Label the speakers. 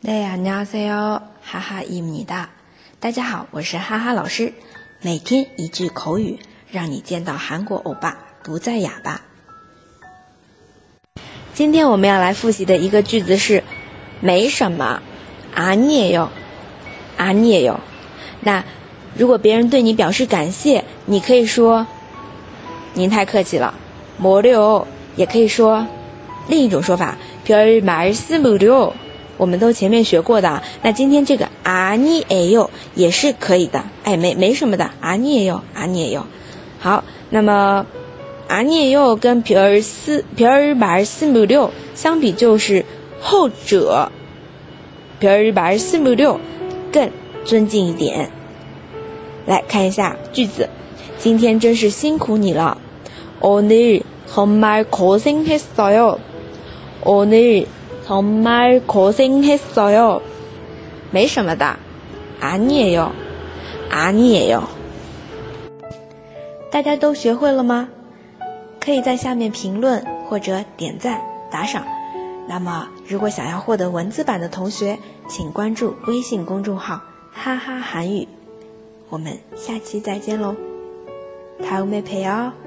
Speaker 1: 네, 안녕하세요. 하하입니다. 大家好，我是哈哈老师。每天一句口语，让你见到韩国欧巴不再哑巴。今天我们要来复习的一个句子是没什么，아니에요，아니에요。那如果别人对你表示感谢，你可以说您太客气了，뭐래요，也可以说另一种说法별말씀을요，我们都前面学过的。那今天这个아니에요也是可以的，没什么的아니에요 아니에요。好，那么아니에요跟별말씀을요相比，就是后者별말씀을요更尊敬一点。来看一下句子，今天真是辛苦你了，오늘 정말 고생했어요，오늘 정말 고생했어요。没什么的，아니에요 아니에요。大家都学会了吗？可以在下面评论或者点赞打赏。那么如果想要获得文字版的同学，请关注微信公众号哈哈韩语。我们下期再见喽，다음에 봬요。